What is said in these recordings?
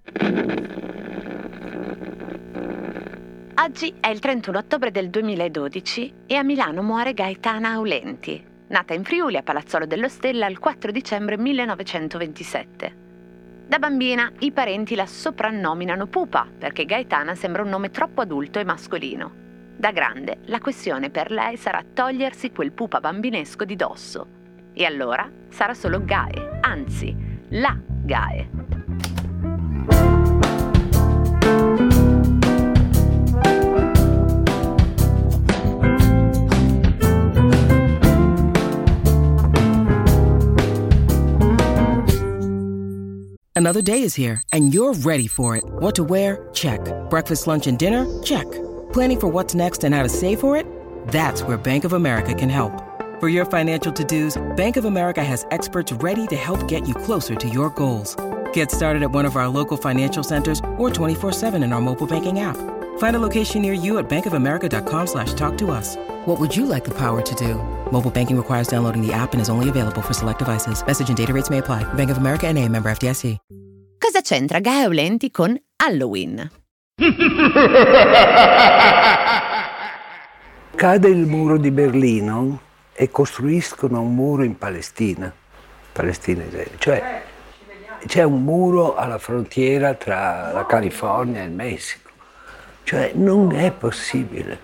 Oggi è il 31 ottobre del 2012 e a Milano muore Gaetana Aulenti, nata in Friuli a Palazzolo dello Stella il 4 dicembre 1927. Da bambina i parenti la soprannominano Pupa perché Gaetana sembra un nome troppo adulto e mascolino. Da grande la questione per lei sarà togliersi quel pupa bambinesco di dosso. E allora sarà solo Gae, anzi, la Gae. Another day is here, and you're ready for it. What to wear? Check. Breakfast, lunch, and dinner? Check. Planning for what's next and how to save for it? That's where Bank of America can help. For your financial to-dos, Bank of America has experts ready to help get you closer to your goals. Get started at one of our local financial centers or 24/7 in our mobile banking app. Find a location near you at bankofamerica.com/talktous. What would you like the power to do? Mobile banking requires downloading the app and is only available for select devices. Message and data rates may apply. Bank of America N.A., member FDIC. Cosa c'entra Gae Aulenti con Halloween? Cade il muro di Berlino e costruiscono un muro in Palestina. Cioè c'è un muro alla frontiera tra la California e il Messico. Cioè non è possibile.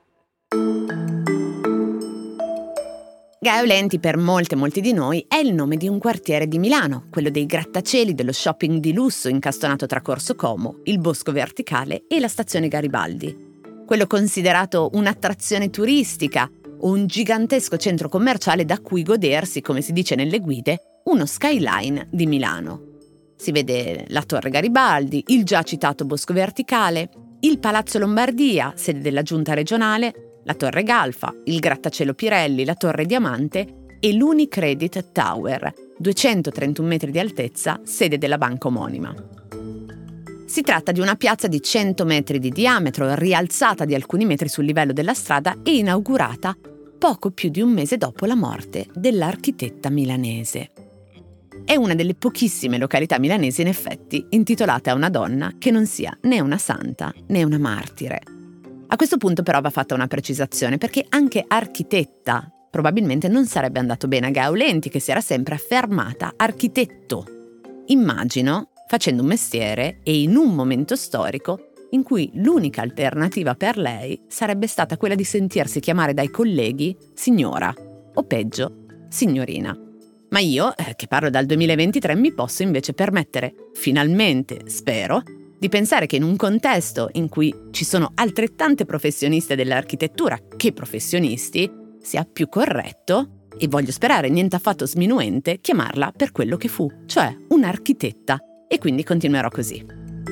Gae Aulenti per molti di noi è il nome di un quartiere di Milano, quello dei grattacieli, dello shopping di lusso incastonato tra Corso Como, il Bosco Verticale e la stazione Garibaldi. Quello considerato un'attrazione turistica o un gigantesco centro commerciale da cui godersi, come si dice nelle guide, uno skyline di Milano. Si vede la Torre Garibaldi, il già citato Bosco Verticale, il Palazzo Lombardia, sede della giunta regionale, la Torre Galfa, il grattacielo Pirelli, la Torre Diamante e l'Unicredit Tower, 231 metri di altezza, sede della banca omonima. Si tratta di una piazza di 100 metri di diametro, rialzata di alcuni metri sul livello della strada e inaugurata poco più di un mese dopo la morte dell'architetta milanese. È una delle pochissime località milanesi, in effetti, intitolate a una donna che non sia né una santa né una martire. A questo punto però va fatta una precisazione, perché anche architetta probabilmente non sarebbe andato bene a Gae Aulenti, che si era sempre affermata architetto. Immagino facendo un mestiere e in un momento storico in cui l'unica alternativa per lei sarebbe stata quella di sentirsi chiamare dai colleghi signora o peggio signorina. Ma io, che parlo dal 2023, mi posso invece permettere, finalmente, spero, di pensare che in un contesto in cui ci sono altrettante professioniste dell'architettura che professionisti, sia più corretto, e voglio sperare niente affatto sminuente, chiamarla per quello che fu, cioè un'architetta, e quindi continuerò così.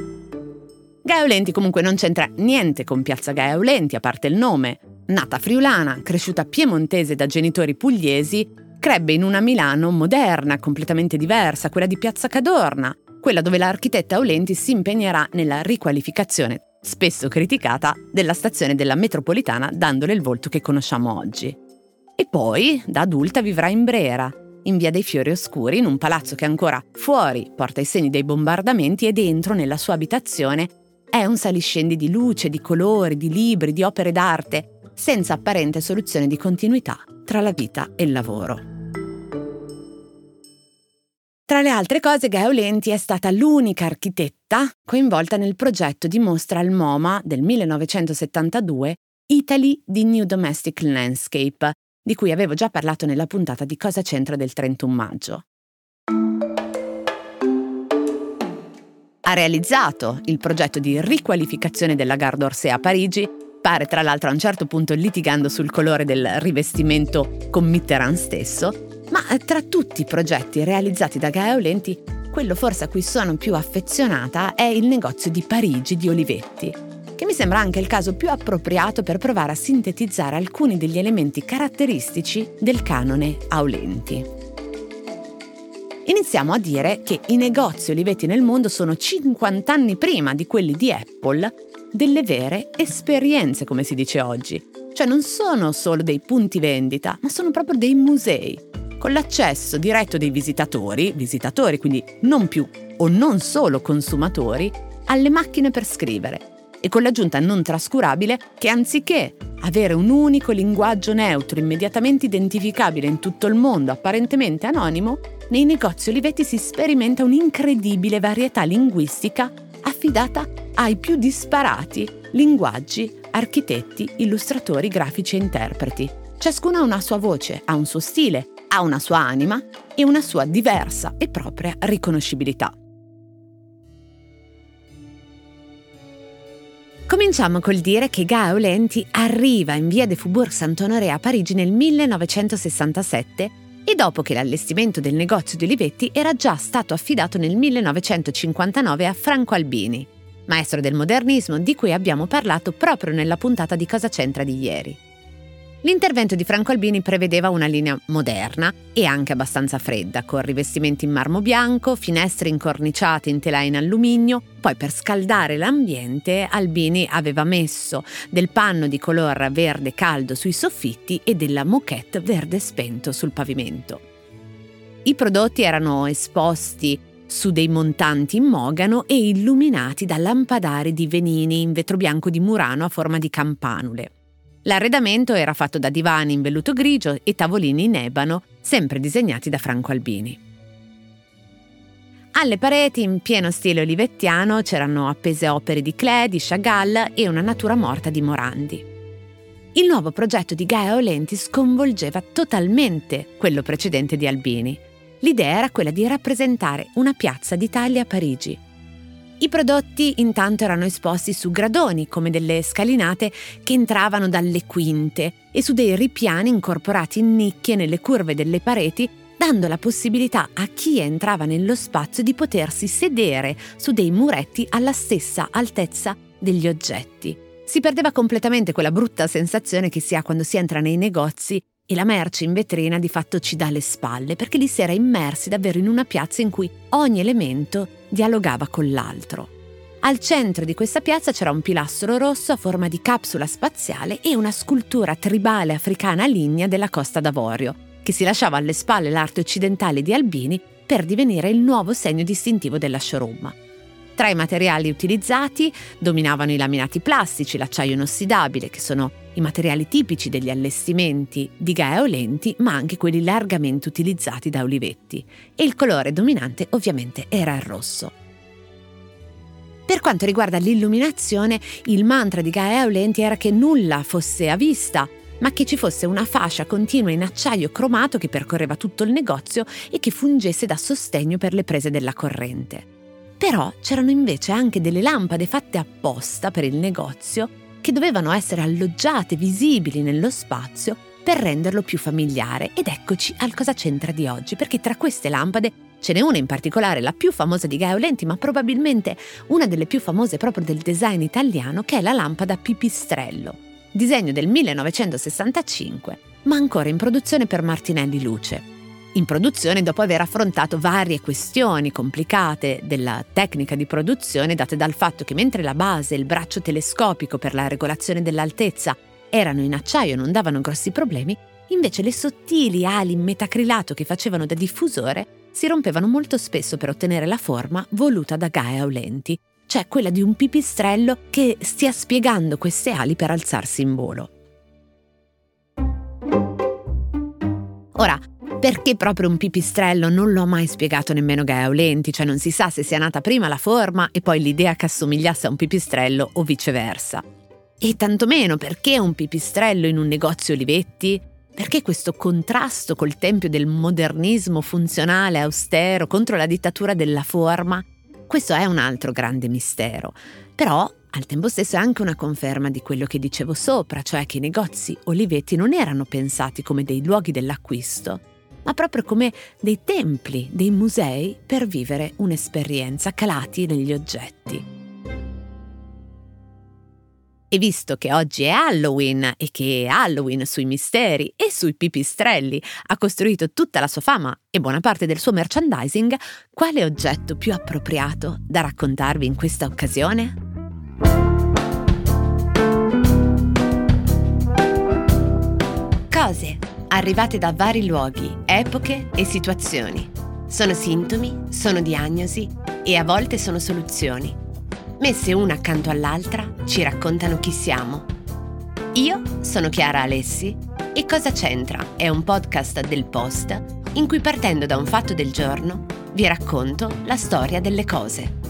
Gae Aulenti comunque non c'entra niente con Piazza Gae Aulenti, a parte il nome. Nata friulana, cresciuta piemontese da genitori pugliesi, crebbe in una Milano moderna, completamente diversa, quella di Piazza Cadorna, quella dove l'architetta Aulenti si impegnerà nella riqualificazione, spesso criticata, della stazione della metropolitana, dandole il volto che conosciamo oggi. E poi, da adulta, vivrà in Brera, in via dei Fiori Oscuri, in un palazzo che ancora fuori porta i segni dei bombardamenti e dentro, nella sua abitazione, è un saliscendi di luce, di colori, di libri, di opere d'arte, senza apparente soluzione di continuità tra la vita e il lavoro. Tra le altre cose, Gae Aulenti è stata l'unica architetta coinvolta nel progetto di mostra al MoMA del 1972 Italy di New Domestic Landscape, di cui avevo già parlato nella puntata di Cosa c'entra del 31 maggio. Ha realizzato il progetto di riqualificazione della Gare d'Orsay a Parigi, pare tra l'altro a un certo punto litigando sul colore del rivestimento con Mitterrand stesso, ma tra tutti i progetti realizzati da Gae Aulenti, quello forse a cui sono più affezionata è il negozio di Parigi di Olivetti, che mi sembra anche il caso più appropriato per provare a sintetizzare alcuni degli elementi caratteristici del canone Aulenti. Iniziamo a dire che i negozi Olivetti nel mondo sono 50 anni prima di quelli di Apple delle vere esperienze, come si dice oggi. Cioè non sono solo dei punti vendita, ma sono proprio dei musei, con l'accesso diretto dei visitatori, quindi non più o non solo consumatori, alle macchine per scrivere, e con l'aggiunta non trascurabile che anziché avere un unico linguaggio neutro immediatamente identificabile in tutto il mondo, apparentemente anonimo, nei negozi Olivetti si sperimenta un'incredibile varietà linguistica affidata ai più disparati linguaggi, architetti, illustratori, grafici e interpreti. Ciascuno ha una sua voce, ha un suo stile, ha una sua anima e una sua diversa e propria riconoscibilità. Cominciamo col dire che Gae Aulenti arriva in via de Faubourg Saint-Honoré a Parigi nel 1967 e dopo che l'allestimento del negozio di Olivetti era già stato affidato nel 1959 a Franco Albini, maestro del modernismo di cui abbiamo parlato proprio nella puntata di Cosa c'entra di ieri. L'intervento di Franco Albini prevedeva una linea moderna e anche abbastanza fredda, con rivestimenti in marmo bianco, finestre incorniciate in tela in alluminio. Poi, per scaldare l'ambiente, Albini aveva messo del panno di color verde caldo sui soffitti e della moquette verde spento sul pavimento. I prodotti erano esposti su dei montanti in mogano e illuminati da lampadari di venini in vetro bianco di Murano a forma di campanule. L'arredamento era fatto da divani in velluto grigio e tavolini in ebano, sempre disegnati da Franco Albini. Alle pareti, in pieno stile olivettiano, c'erano appese opere di Klee, di Chagall e una natura morta di Morandi. Il nuovo progetto di Gae Aulenti sconvolgeva totalmente quello precedente di Albini. L'idea era quella di rappresentare una piazza d'Italia a Parigi. I prodotti intanto erano esposti su gradoni, come delle scalinate che entravano dalle quinte, e su dei ripiani incorporati in nicchie nelle curve delle pareti, dando la possibilità a chi entrava nello spazio di potersi sedere su dei muretti alla stessa altezza degli oggetti. Si perdeva completamente quella brutta sensazione che si ha quando si entra nei negozi e la merce in vetrina di fatto ci dà le spalle, perché lì si era immersi davvero in una piazza in cui ogni elemento dialogava con l'altro. Al centro di questa piazza c'era un pilastro rosso a forma di capsula spaziale e una scultura tribale africana lignea della Costa d'Avorio, che si lasciava alle spalle l'arte occidentale di Albini per divenire il nuovo segno distintivo della showroom. Tra i materiali utilizzati dominavano i laminati plastici, l'acciaio inossidabile, che sono i materiali tipici degli allestimenti di Gae Aulenti, ma anche quelli largamente utilizzati da Olivetti, e il colore dominante ovviamente era il rosso. Per quanto riguarda l'illuminazione, il mantra di Gae Aulenti era che nulla fosse a vista, ma che ci fosse una fascia continua in acciaio cromato che percorreva tutto il negozio e che fungesse da sostegno per le prese della corrente. Però c'erano invece anche delle lampade fatte apposta per il negozio che dovevano essere alloggiate visibili nello spazio per renderlo più familiare. Ed eccoci al Cosa c'entra di oggi, perché tra queste lampade ce n'è una in particolare, la più famosa di Gae Aulenti, ma probabilmente una delle più famose proprio del design italiano, che è la lampada Pipistrello, disegno del 1965, ma ancora in produzione per Martinelli Luce. In produzione dopo aver affrontato varie questioni complicate della tecnica di produzione, date dal fatto che mentre la base e il braccio telescopico per la regolazione dell'altezza erano in acciaio e non davano grossi problemi, invece le sottili ali in metacrilato che facevano da diffusore si rompevano molto spesso per ottenere la forma voluta da Gae Aulenti, cioè quella di un pipistrello che stia spiegando queste ali per alzarsi in volo. Ora, perché proprio un pipistrello non l'ho mai spiegato nemmeno Gae Aulenti, cioè non si sa se sia nata prima la forma e poi l'idea che assomigliasse a un pipistrello o viceversa. E tantomeno perché un pipistrello in un negozio Olivetti? Perché questo contrasto col tempio del modernismo funzionale, austero, contro la dittatura della forma? Questo è un altro grande mistero. Però, al tempo stesso, è anche una conferma di quello che dicevo sopra, cioè che i negozi Olivetti non erano pensati come dei luoghi dell'acquisto, ma proprio come dei templi, dei musei per vivere un'esperienza calati negli oggetti. E visto che oggi è Halloween e che Halloween sui misteri e sui pipistrelli ha costruito tutta la sua fama e buona parte del suo merchandising, quale oggetto più appropriato da raccontarvi in questa occasione? Cose arrivate da vari luoghi, epoche e situazioni. Sono sintomi, sono diagnosi e a volte sono soluzioni. Messe una accanto all'altra ci raccontano chi siamo. Io sono Chiara Alessi e Cosa c'entra è un podcast del Post in cui, partendo da un fatto del giorno, vi racconto la storia delle cose.